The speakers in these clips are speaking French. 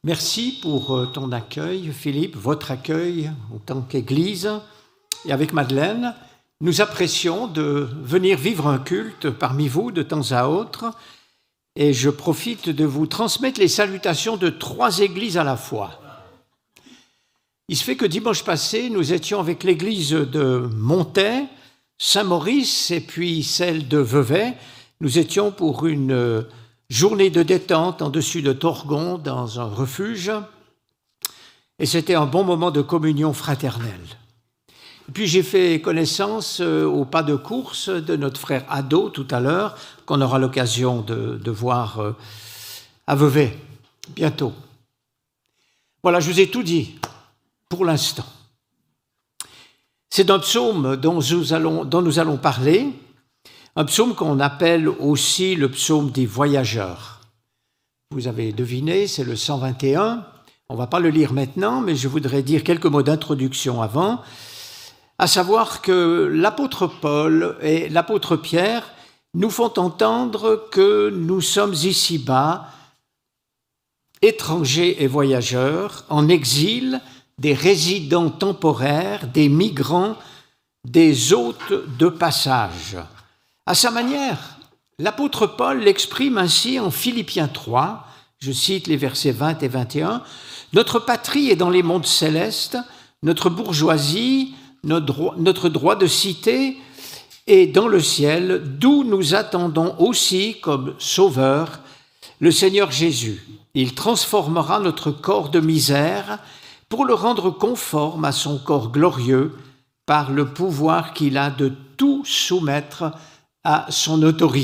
Merci pour ton accueil, Philippe, votre accueil en tant qu'Église. Et avec Madeleine, nous apprécions de venir vivre un culte parmi vous de temps à autre. Et je profite de vous transmettre les salutations de 3 églises à la fois. Il se fait que dimanche passé, nous étions avec l'église de Montaix, Saint-Maurice et puis celle de Vevey. Nous étions pour une journée de détente en dessus de Torgon, dans un refuge. Et c'était un bon moment de communion fraternelle. Et puis j'ai fait connaissance au pas de course de notre frère Ado tout à l'heure, qu'on aura l'occasion de voir à Vevey bientôt. Voilà, je vous ai tout dit pour l'instant. C'est un psaume dont nous allons parler, un psaume qu'on appelle aussi le psaume des voyageurs. Vous avez deviné, c'est le 121. On ne va pas le lire maintenant, mais je voudrais dire quelques mots d'introduction avant, à savoir que l'apôtre Paul et l'apôtre Pierre nous font entendre que nous sommes ici-bas étrangers et voyageurs, en exil, des résidents temporaires, des migrants, des hôtes de passage. À sa manière, l'apôtre Paul l'exprime ainsi en Philippiens 3, je cite les versets 20 et 21, « Notre patrie est dans les mondes célestes, notre bourgeoisie, notre droit de cité est dans le ciel, d'où nous attendons aussi comme sauveur le Seigneur Jésus. Il transformera notre corps de misère pour le rendre conforme à son corps glorieux par le pouvoir qu'il a de tout soumettre à son autorité. »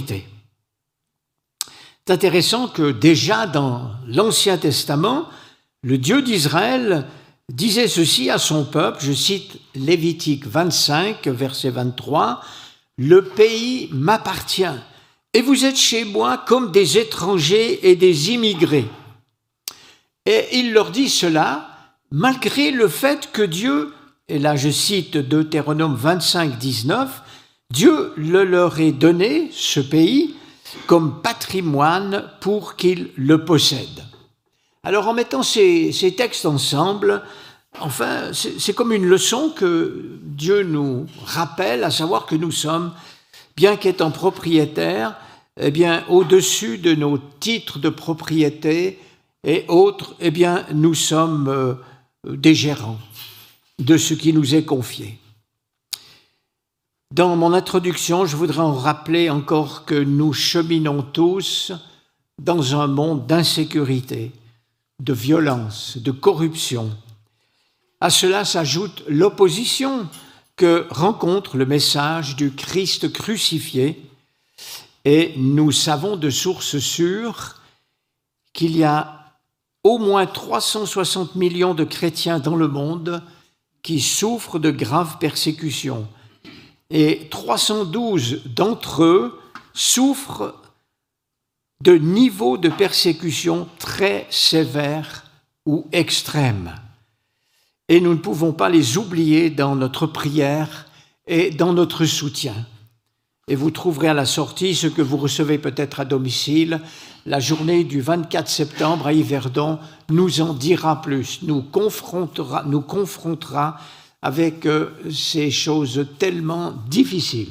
C'est intéressant que déjà dans l'Ancien Testament, le Dieu d'Israël disait ceci à son peuple, je cite Lévitique 25, verset 23, « Le pays m'appartient, et vous êtes chez moi comme des étrangers et des immigrés. » Et il leur dit cela malgré le fait que Dieu, et là je cite Deutéronome 25, 19, Dieu le leur ait donné, ce pays, comme patrimoine pour qu'ils le possèdent. Alors en mettant ces textes ensemble, enfin, c'est comme une leçon que Dieu nous rappelle, à savoir que nous sommes, bien qu'étant propriétaires, eh bien, au-dessus de nos titres de propriété et autres, eh bien, nous sommes des gérants de ce qui nous est confié. Dans mon introduction, je voudrais en rappeler encore que nous cheminons tous dans un monde d'insécurité, de violence, de corruption. À cela s'ajoute l'opposition que rencontre le message du Christ crucifié, et nous savons de sources sûres qu'il y a au moins 360 millions de chrétiens dans le monde qui souffrent de graves persécutions, et 312 d'entre eux souffrent de niveaux de persécution très sévères ou extrêmes. Et nous ne pouvons pas les oublier dans notre prière et dans notre soutien. Et vous trouverez à la sortie ce que vous recevez peut-être à domicile. La journée du 24 septembre à Yverdon nous en dira plus, nous confrontera avec ces choses tellement difficiles.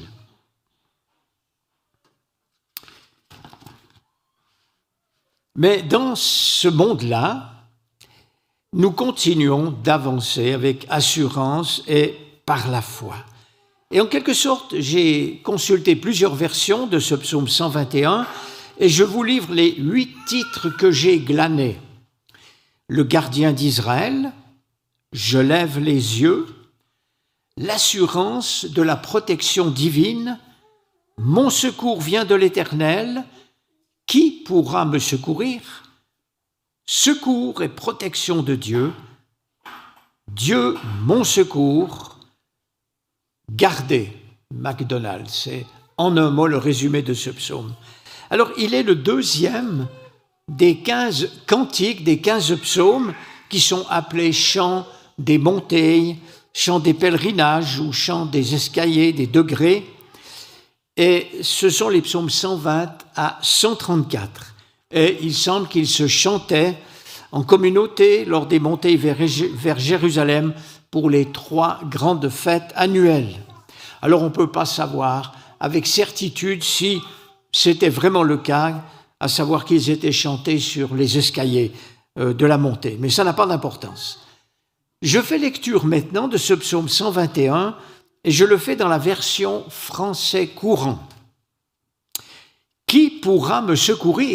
Mais dans ce monde-là, nous continuons d'avancer avec assurance et par la foi. Et en quelque sorte, j'ai consulté plusieurs versions de ce psaume 121 et je vous livre les 8 titres que j'ai glanés. Le gardien d'Israël, je lève les yeux, l'assurance de la protection divine, mon secours vient de l'Éternel, qui pourra me secourir? Secours et protection de Dieu, Dieu mon secours, gardez, MacDonald, c'est en un mot le résumé de ce psaume. Alors il est le 2e des 15 cantiques, des 15 psaumes qui sont appelés chants des montées, chants des pèlerinages ou chants des escaliers, des degrés. Et ce sont les psaumes 120 à 134. Et il semble qu'ils se chantaient en communauté lors des montées vers Jérusalem pour les 3 grandes fêtes annuelles. Alors on ne peut pas savoir avec certitude si c'était vraiment le cas, à savoir qu'ils étaient chantés sur les escaliers de la montée, mais ça n'a pas d'importance. Je fais lecture maintenant de ce psaume 121 et je le fais dans la version français courant. Qui pourra me secourir ?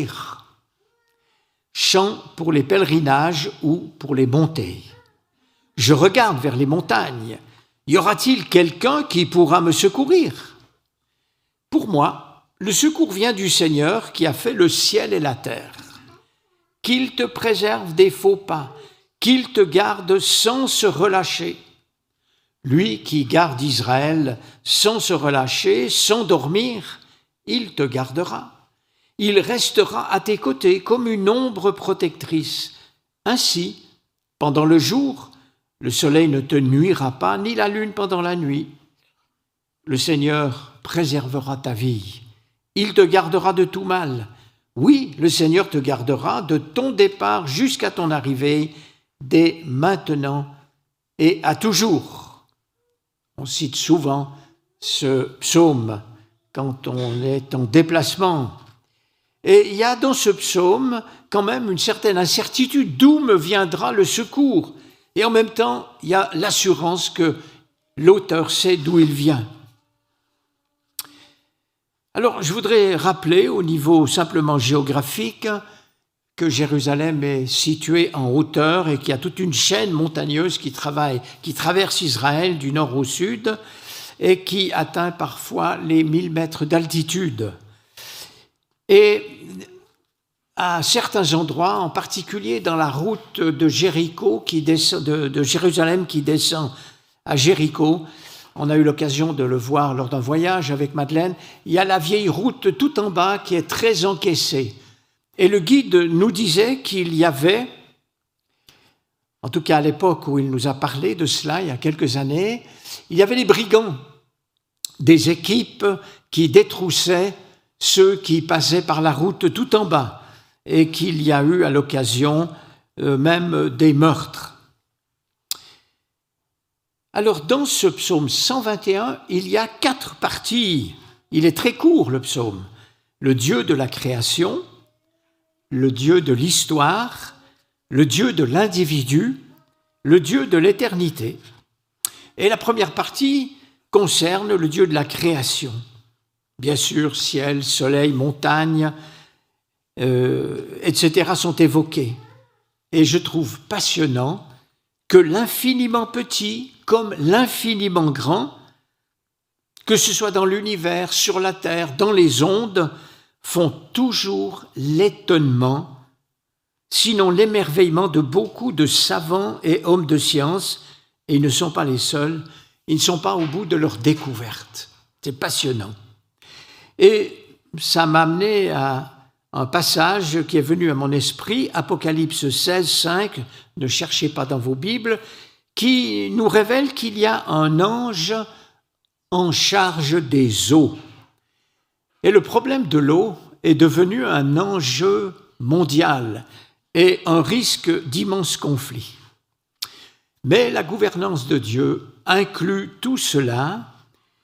Chant pour les pèlerinages ou pour les montées. Je regarde vers les montagnes. Y aura-t-il quelqu'un qui pourra me secourir ? Pour moi, le secours vient du Seigneur qui a fait le ciel et la terre. Qu'il te préserve des faux pas, qu'il te garde sans se relâcher. Lui qui garde Israël sans se relâcher, sans dormir, il te gardera. Il restera à tes côtés comme une ombre protectrice. Ainsi, pendant le jour, le soleil ne te nuira pas, ni la lune pendant la nuit. Le Seigneur préservera ta vie. Il te gardera de tout mal. Oui, le Seigneur te gardera de ton départ jusqu'à ton arrivée, dès maintenant et à toujours. On cite souvent ce psaume quand on est en déplacement. Et il y a dans ce psaume quand même une certaine incertitude. D'où me viendra le secours ? Et en même temps, il y a l'assurance que l'auteur sait d'où il vient. Alors, je voudrais rappeler au niveau simplement géographique que Jérusalem est située en hauteur et qu'il y a toute une chaîne montagneuse qui traverse Israël du nord au sud et qui atteint parfois les 1000 mètres d'altitude. Et à certains endroits, en particulier dans la route de Jéricho, de Jérusalem qui descend à Jéricho, on a eu l'occasion de le voir lors d'un voyage avec Madeleine, il y a la vieille route tout en bas qui est très encaissée. Et le guide nous disait qu'il y avait, en tout cas à l'époque où il nous a parlé de cela, il y a quelques années, il y avait les brigands, des équipes qui détroussaient ceux qui passaient par la route tout en bas et qu'il y a eu à l'occasion même des meurtres. Alors dans ce psaume 121, il y a 4 parties. Il est très court le psaume. Le Dieu de la création, le Dieu de l'histoire, le Dieu de l'individu, le Dieu de l'éternité. Et la première partie concerne le Dieu de la création. Bien sûr, ciel, soleil, montagne, etc. sont évoqués. Et je trouve passionnant que l'infiniment petit comme l'infiniment grand, que ce soit dans l'univers, sur la terre, dans les ondes, font toujours l'étonnement, sinon l'émerveillement de beaucoup de savants et hommes de science, et ils ne sont pas les seuls, ils ne sont pas au bout de leur découverte. C'est passionnant. Et ça m'a amené à un passage qui est venu à mon esprit, Apocalypse 16, 5, ne cherchez pas dans vos Bibles, qui nous révèle qu'il y a un ange en charge des eaux. Et le problème de l'eau est devenu un enjeu mondial et un risque d'immenses conflits. Mais la gouvernance de Dieu inclut tout cela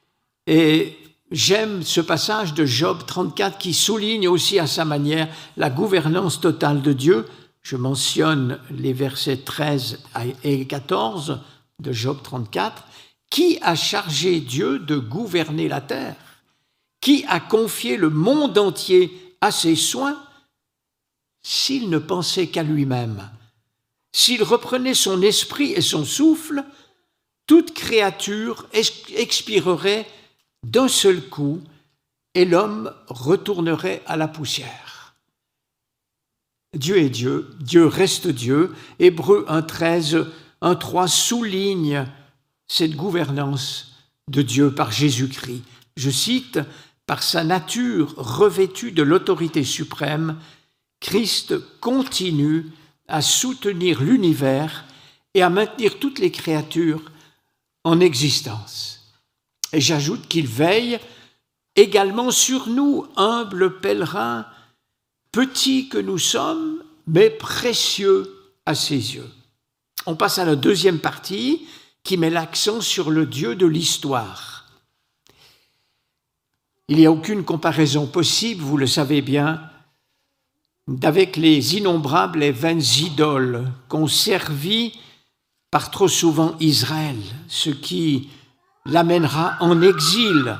et j'aime ce passage de Job 34 qui souligne aussi à sa manière la gouvernance totale de Dieu. Je mentionne les versets 13 et 14 de Job 34. Qui a chargé Dieu de gouverner la terre ? Qui a confié le monde entier à ses soins ? S'il ne pensait qu'à lui-même, s'il reprenait son esprit et son souffle, toute créature expirerait d'un seul coup et l'homme retournerait à la poussière. Dieu est Dieu, Dieu reste Dieu. Hébreux 1.13, 1.3 souligne cette gouvernance de Dieu par Jésus-Christ. Je cite, « Par sa nature revêtue de l'autorité suprême, Christ continue à soutenir l'univers et à maintenir toutes les créatures en existence. » Et j'ajoute qu'il veille également sur nous, humbles pèlerins, petits que nous sommes, mais précieux à ses yeux. On passe à la deuxième partie qui met l'accent sur le Dieu de l'histoire. Il n'y a aucune comparaison possible, vous le savez bien, avec les innombrables et vaines idoles qu'ont servi par trop souvent Israël, ce qui l'amènera en exil.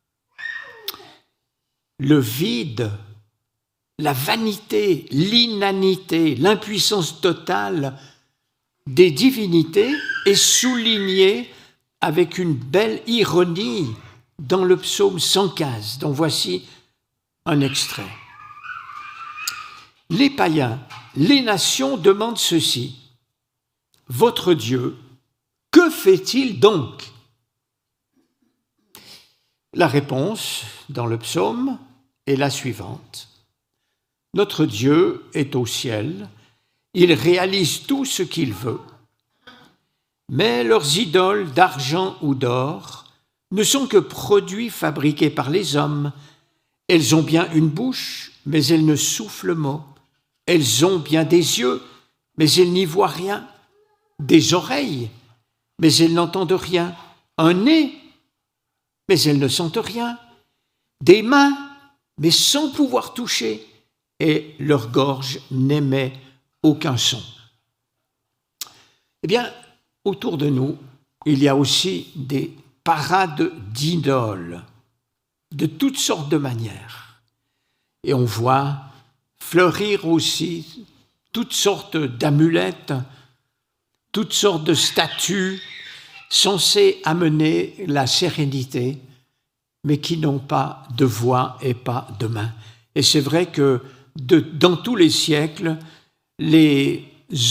Le vide, la vanité, l'inanité, l'impuissance totale des divinités est soulignée avec une belle ironie dans le psaume 115, dont voici un extrait. Les païens, les nations demandent ceci. Votre Dieu, que fait-il donc ? La réponse dans le psaume est la suivante. Notre Dieu est au ciel, il réalise tout ce qu'il veut, mais leurs idoles d'argent ou d'or ne sont que produits fabriqués par les hommes. Elles ont bien une bouche, mais elles ne soufflent mot. Elles ont bien des yeux, mais elles n'y voient rien. Des oreilles, mais elles n'entendent rien. Un nez, mais elles ne sentent rien. Des mains, mais sans pouvoir toucher. Et leur gorge n'émet aucun son. Eh bien, autour de nous, il y a aussi des parades d'idoles, de toutes sortes de manières. Et on voit fleurir aussi toutes sortes d'amulettes, toutes sortes de statues censées amener la sérénité, mais qui n'ont pas de voix et pas de main. Et c'est vrai que dans tous les siècles, les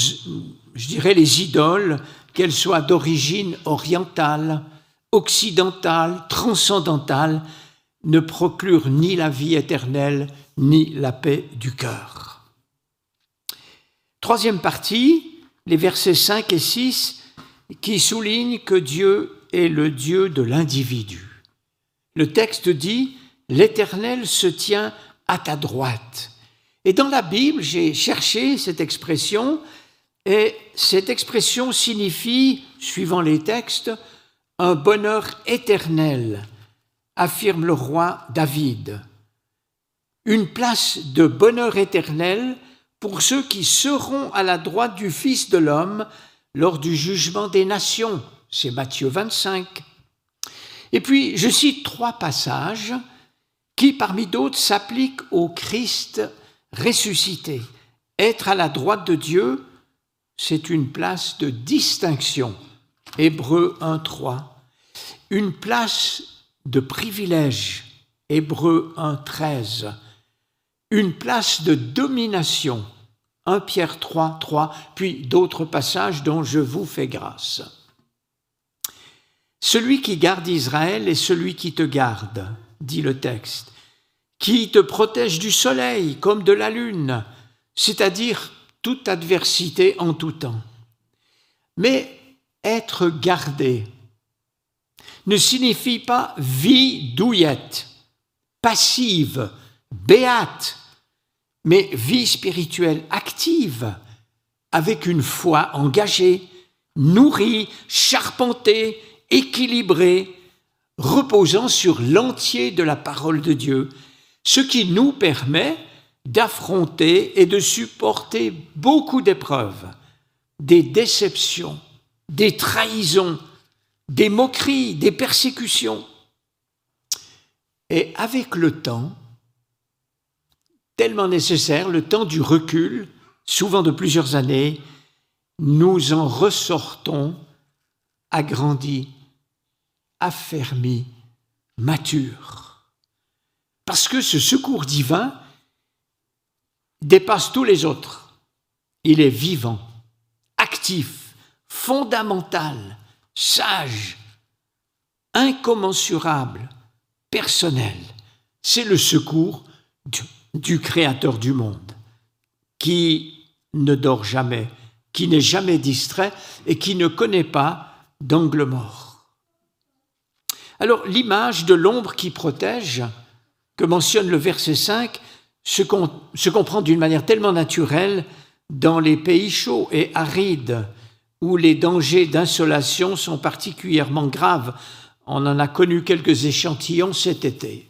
idoles, qu'elles soient d'origine orientale, occidentale, transcendantale, ne procurent ni la vie éternelle, ni la paix du cœur. Troisième partie, les versets 5 et 6, qui soulignent que Dieu est le Dieu de l'individu. Le texte dit « L'Éternel se tient à ta droite ». Et dans la Bible, j'ai cherché cette expression, et cette expression signifie, suivant les textes, un bonheur éternel, affirme le roi David. Une place de bonheur éternel pour ceux qui seront à la droite du Fils de l'homme lors du jugement des nations. C'est Matthieu 25. Et puis, je cite 3 passages qui, parmi d'autres, s'appliquent au Christ ressuscité. Être à la droite de Dieu, c'est une place de distinction. Hébreux 1.3. Une place de privilège. Hébreux 1.13. Une place de domination. 1 Pierre 3.3, puis d'autres passages dont je vous fais grâce. Celui qui garde Israël est celui qui te garde, dit le texte, qui te protège du soleil comme de la lune, c'est-à-dire toute adversité en tout temps. Mais être gardé ne signifie pas vie douillette, passive, béate, mais vie spirituelle active, avec une foi engagée, nourrie, charpentée, équilibrée, reposant sur l'entier de la parole de Dieu, ce qui nous permet d'affronter et de supporter beaucoup d'épreuves, des déceptions, des trahisons, des moqueries, des persécutions. Et avec le temps, tellement nécessaire, le temps du recul, souvent de plusieurs années, nous en ressortons agrandis, affermis, matures. Parce que ce secours divin dépasse tous les autres. Il est vivant, actif, fondamental, sage, incommensurable, personnel. C'est le secours du Créateur du monde, qui ne dort jamais, qui n'est jamais distrait et qui ne connaît pas d'angle mort. Alors, l'image de l'ombre qui protège, que mentionne le verset 5, se comprend d'une manière tellement naturelle dans les pays chauds et arides, où les dangers d'insolation sont particulièrement graves. On en a connu quelques échantillons cet été.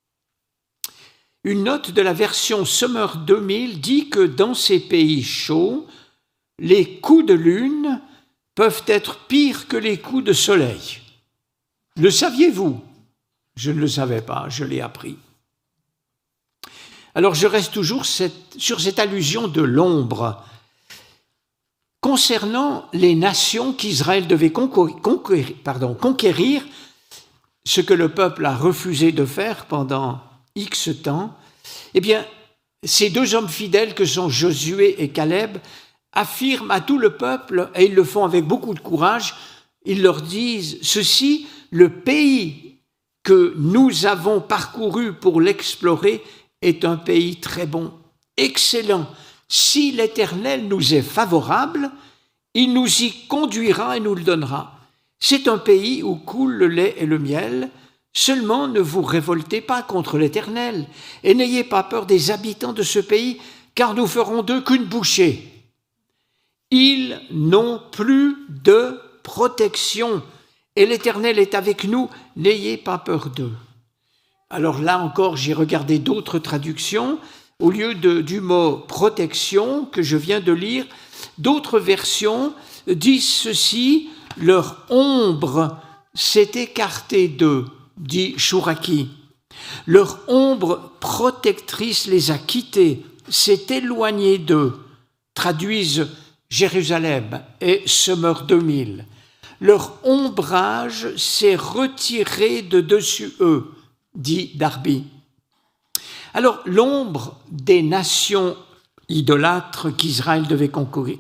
Une note de la version Summer 2000 dit que dans ces pays chauds, les coups de lune peuvent être pires que les coups de soleil. Le saviez-vous ? Je ne le savais pas, je l'ai appris. Alors je reste toujours sur cette allusion de l'ombre. Concernant les nations qu'Israël devait conquérir, ce que le peuple a refusé de faire pendant X temps, eh bien, ces deux hommes fidèles que sont Josué et Caleb affirment à tout le peuple, et ils le font avec beaucoup de courage, ils leur disent ceci: le pays que nous avons parcouru pour l'explorer est un pays très bon, excellent. Si l'Éternel nous est favorable, il nous y conduira et nous le donnera. C'est un pays où coule le lait et le miel. Seulement ne vous révoltez pas contre l'Éternel et n'ayez pas peur des habitants de ce pays, car nous ferons d'eux qu'une bouchée. Ils n'ont plus de protection et l'Éternel est avec nous, n'ayez pas peur d'eux. Alors là encore, j'ai regardé d'autres traductions. Au lieu du mot protection que je viens de lire, d'autres versions disent ceci: leur ombre s'est écartée d'eux, dit Chouraki. Leur ombre protectrice les a quittés, s'est éloignée d'eux, traduisent Jérusalem et Summer 2000. Leur ombrage s'est retiré de dessus eux, dit Darby. Alors, l'ombre des nations idolâtres qu'Israël devait conquérir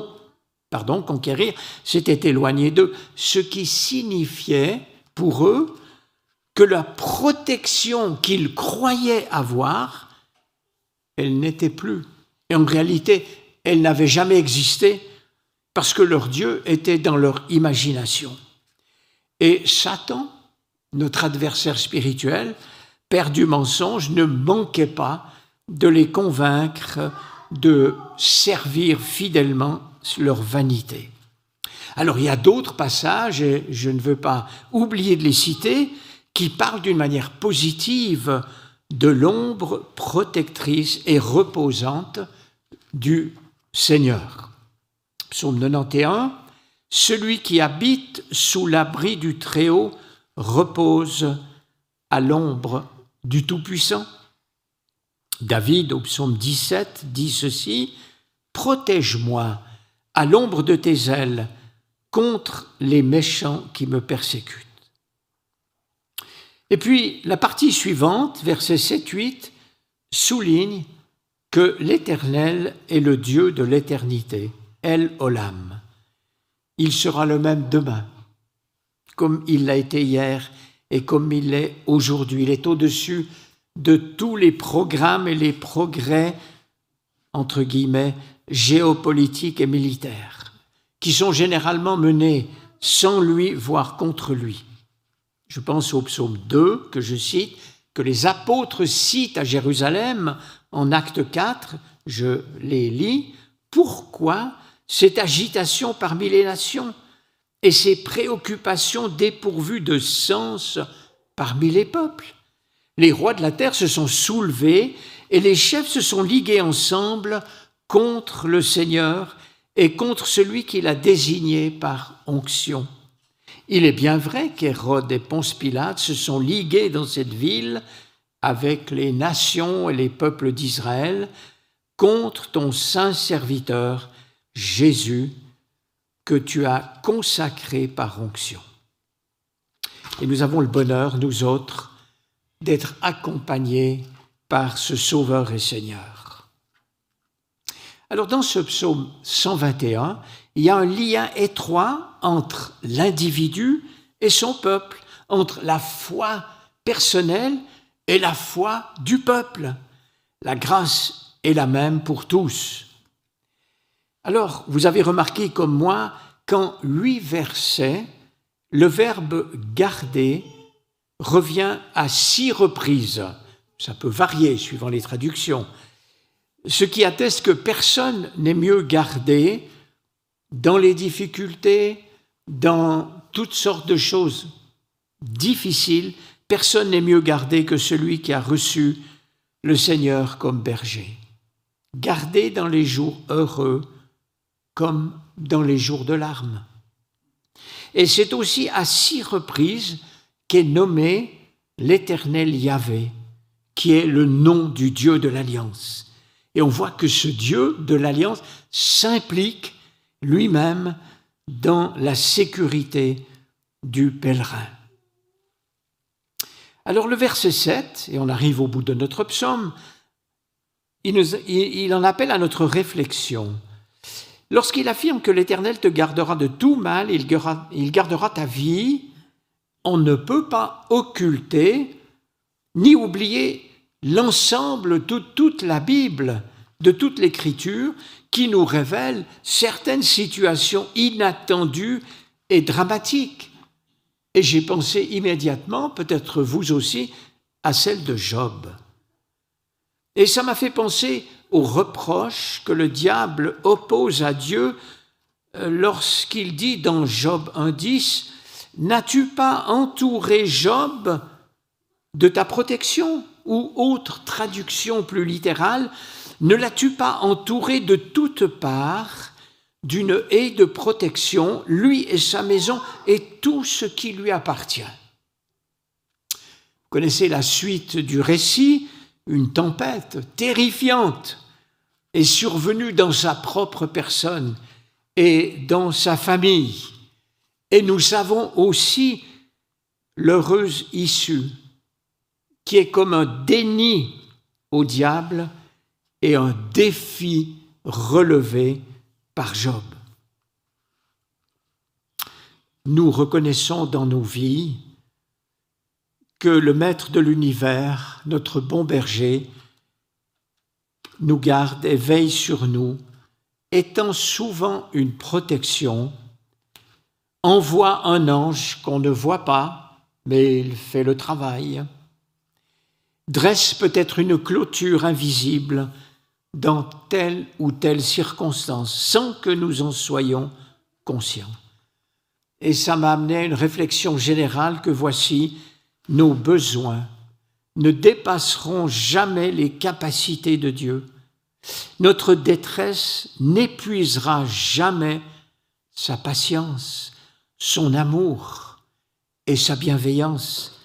s'était éloignée d'eux, ce qui signifiait pour eux que la protection qu'ils croyaient avoir, elle n'était plus. Et en réalité, elle n'avait jamais existé parce que leur Dieu était dans leur imagination. Et Satan, notre adversaire spirituel, père du mensonge, ne manquait pas de les convaincre de servir fidèlement leur vanité. Alors il y a d'autres passages, et je ne veux pas oublier de les citer, qui parlent d'une manière positive de l'ombre protectrice et reposante du Seigneur. Psaume 91, « Celui qui habite sous l'abri du Très-Haut repose à l'ombre du Tout-Puissant. » David, au psaume 17, dit ceci: « Protège-moi à l'ombre de tes ailes contre les méchants qui me persécutent. » Et puis, la partie suivante, versets 7-8, souligne que l'Éternel est le Dieu de l'éternité, El Olam. Il sera le même demain, comme il l'a été hier et comme il l'est aujourd'hui. Il est au-dessus de tous les programmes et les progrès, entre guillemets, géopolitiques et militaires, qui sont généralement menés sans lui, voire contre lui. Je pense au psaume 2, que je cite, que les apôtres citent à Jérusalem en acte 4, je les lis. Pourquoi cette agitation parmi les nations et ces préoccupations dépourvues de sens parmi les peuples? Les rois de la terre se sont soulevés et les chefs se sont ligués ensemble contre le Seigneur et contre celui qu'il a désigné par onction. Il est bien vrai qu'Hérode et Ponce Pilate se sont ligués dans cette ville avec les nations et les peuples d'Israël contre ton saint serviteur Jésus que tu as consacré par onction. Et nous avons le bonheur, nous autres, d'être accompagnés par ce Sauveur et Seigneur. Alors dans ce psaume 121, il y a un lien étroit entre l'individu et son peuple, entre la foi personnelle et la foi du peuple. La grâce est la même pour tous. Alors, vous avez remarqué comme moi qu'en 8 versets, le verbe « garder » revient à 6 reprises. Ça peut varier suivant les traductions. ce qui atteste que personne n'est mieux gardé dans les difficultés, dans toutes sortes de choses difficiles. Personne n'est mieux gardé que celui qui a reçu le Seigneur comme berger. Gardé dans les jours heureux comme dans les jours de larmes. Et c'est aussi à 6 reprises qu'est nommé l'Éternel Yahvé, qui est le nom du Dieu de l'Alliance. Et on voit que ce Dieu de l'Alliance s'implique lui-même dans la sécurité du pèlerin. Alors le verset 7, et on arrive au bout de notre psaume, il en appelle à notre réflexion. Lorsqu'il affirme que l'Éternel te gardera de tout mal, il gardera ta vie, on ne peut pas occulter ni oublier l'ensemble de toute la Bible, de toute l'Écriture, qui nous révèle certaines situations inattendues et dramatiques. Et j'ai pensé immédiatement, peut-être vous aussi, à celle de Job. Et ça m'a fait penser aux reproches que le diable oppose à Dieu lorsqu'il dit dans Job 1,10 « N'as-tu pas entouré Job de ta protection ?» Ou autre traduction plus littérale, « Ne l'as-tu pas entouré de toutes parts d'une haie de protection, lui et sa maison et tout ce qui lui appartient ?» Vous connaissez la suite du récit. Une tempête terrifiante est survenue dans sa propre personne et dans sa famille. Et nous savons aussi l'heureuse issue, qui est comme un déni au diable et un défi relevé par Job. Nous reconnaissons dans nos vies que le Maître de l'univers, notre bon berger, nous garde et veille sur nous, étend souvent une protection, envoie un ange qu'on ne voit pas, mais il fait le travail, dresse peut-être une clôture invisible dans telle ou telle circonstance, sans que nous en soyons conscients. Et ça m'a amené à une réflexion générale que voici: nos besoins ne dépasseront jamais les capacités de Dieu. Notre détresse n'épuisera jamais sa patience, son amour et sa bienveillance.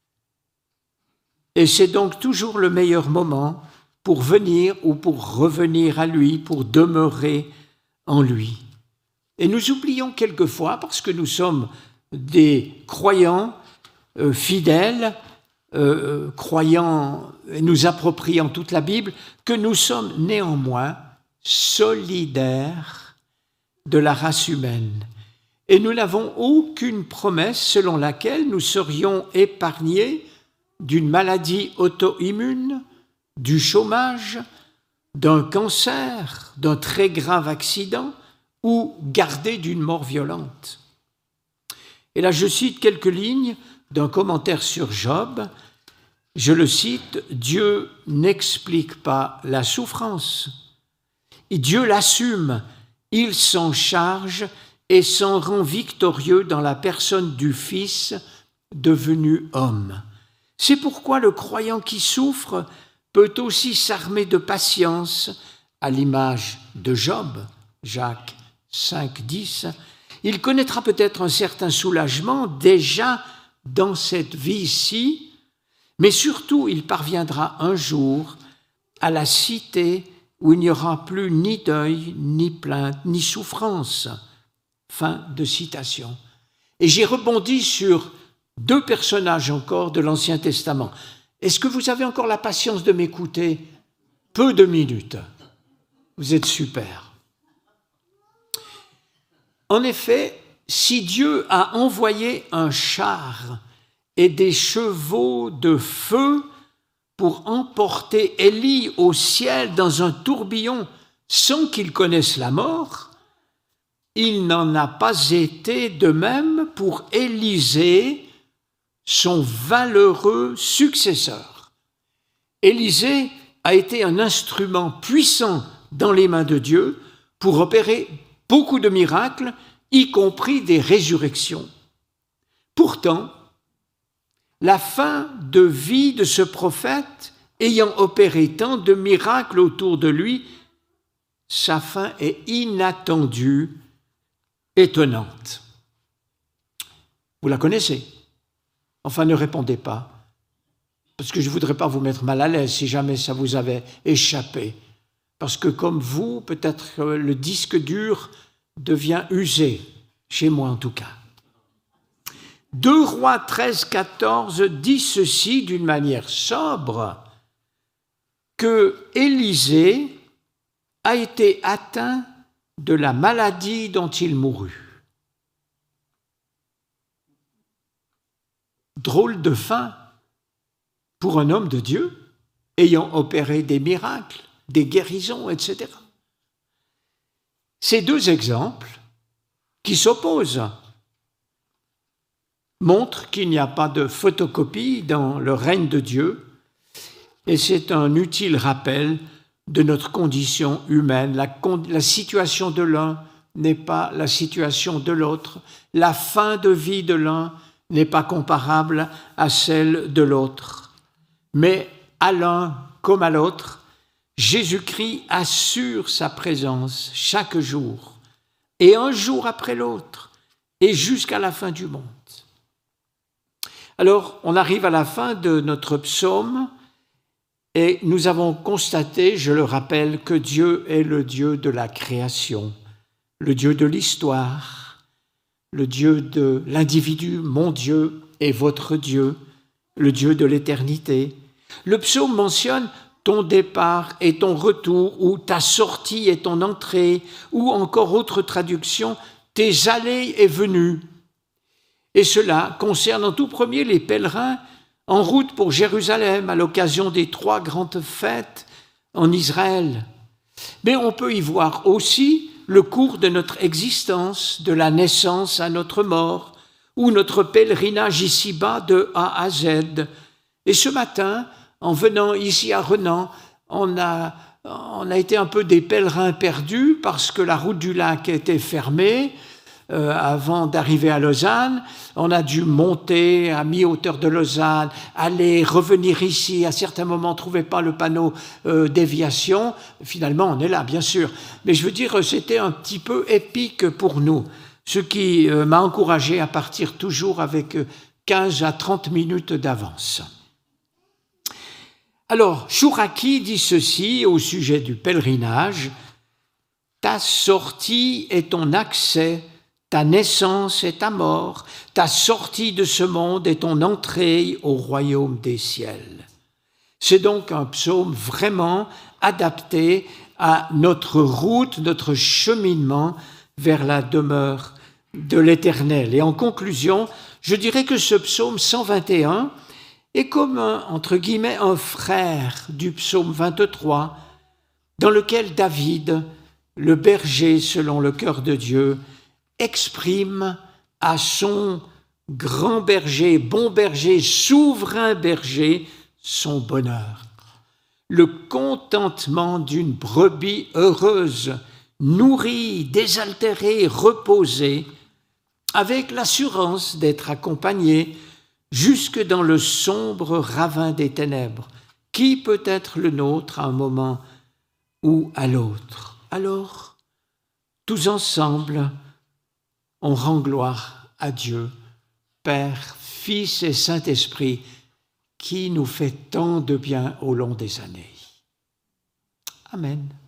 Et c'est donc toujours le meilleur moment pour venir ou pour revenir à lui, pour demeurer en lui. Et nous oublions quelquefois, parce que nous sommes des croyants fidèles, croyant et nous appropriant toute la Bible, que nous sommes néanmoins solidaires de la race humaine. Et nous n'avons aucune promesse selon laquelle nous serions épargnés d'une maladie auto-immune, du chômage, d'un cancer, d'un très grave accident ou gardés d'une mort violente. Et là, je cite quelques lignes d'un commentaire sur Job. Je le cite: « Dieu n'explique pas la souffrance. Et Dieu l'assume, il s'en charge et s'en rend victorieux dans la personne du Fils devenu homme. C'est pourquoi le croyant qui souffre peut aussi s'armer de patience, à l'image de Job, Jacques 5, 10. Il connaîtra peut-être un certain soulagement déjà dans cette vie-ci, mais surtout il parviendra un jour à la cité où il n'y aura plus ni deuil, ni plainte, ni souffrance. » Fin de citation. Et j'ai rebondi sur 2 personnages encore de l'Ancien Testament. Est-ce que vous avez encore la patience de m'écouter? Peu de minutes. Vous êtes super. En effet, si Dieu a envoyé un char et des chevaux de feu pour emporter Élie au ciel dans un tourbillon sans qu'il connaisse la mort, il n'en a pas été de même pour Élisée, son valeureux successeur. Élisée a été un instrument puissant dans les mains de Dieu pour opérer beaucoup de miracles, y compris des résurrections. Pourtant, la fin de vie de ce prophète, ayant opéré tant de miracles autour de lui, sa fin est inattendue, étonnante. Vous la connaissez? Enfin, ne répondez pas, parce que je ne voudrais pas vous mettre mal à l'aise si jamais ça vous avait échappé. Parce que comme vous, peut-être le disque dur devient usé, chez moi en tout cas. 2 Rois 13, 14 dit ceci d'une manière sobre, que Élisée a été atteint de la maladie dont il mourut. Drôle de fin pour un homme de Dieu ayant opéré des miracles, des guérisons, etc. Ces 2 exemples qui s'opposent montrent qu'il n'y a pas de photocopie dans le règne de Dieu, et c'est un utile rappel de notre condition humaine. La situation de l'un n'est pas la situation de l'autre. La fin de vie de l'un n'est pas comparable à celle de l'autre. Mais à l'un comme à l'autre, Jésus-Christ assure sa présence chaque jour, et un jour après l'autre, et jusqu'à la fin du monde. Alors, on arrive à la fin de notre psaume, et nous avons constaté, je le rappelle, que Dieu est le Dieu de la création, le Dieu de l'histoire, le Dieu de l'individu, mon Dieu et votre Dieu, le Dieu de l'éternité. Le psaume mentionne ton départ et ton retour, ou ta sortie et ton entrée, ou encore autre traduction, tes allées et venues. Et cela concerne en tout premier les pèlerins en route pour Jérusalem à l'occasion des 3 grandes fêtes en Israël. Mais on peut y voir aussi le cours de notre existence, de la naissance à notre mort, ou notre pèlerinage ici-bas de A à Z. Et ce matin, en venant ici à Renan, on a été un peu des pèlerins perdus parce que la route du lac était fermée avant d'arriver à Lausanne. On a dû monter à mi-hauteur de Lausanne, aller, revenir ici. À certains moments, on ne trouvait pas le panneau déviation. Finalement, on est là, bien sûr. Mais je veux dire, c'était un petit peu épique pour nous, ce qui m'a encouragé à partir toujours avec 15 à 30 minutes d'avance. Alors, Chouraki dit ceci au sujet du pèlerinage: « Ta sortie est ton accès, ta naissance est ta mort, ta sortie de ce monde est ton entrée au royaume des ciels. » C'est donc un psaume vraiment adapté à notre route, notre cheminement vers la demeure de l'Éternel. Et en conclusion, je dirais que ce psaume 121 est comme entre guillemets un frère du psaume 23, dans lequel David, le berger selon le cœur de Dieu, exprime à son grand berger, bon berger, souverain berger, son bonheur. Le contentement d'une brebis heureuse, nourrie, désaltérée, reposée, avec l'assurance d'être accompagnée jusque dans le sombre ravin des ténèbres, qui peut être le nôtre à un moment ou à l'autre. Alors, tous ensemble, on rend gloire à Dieu, Père, Fils et Saint-Esprit, qui nous fait tant de bien au long des années. Amen.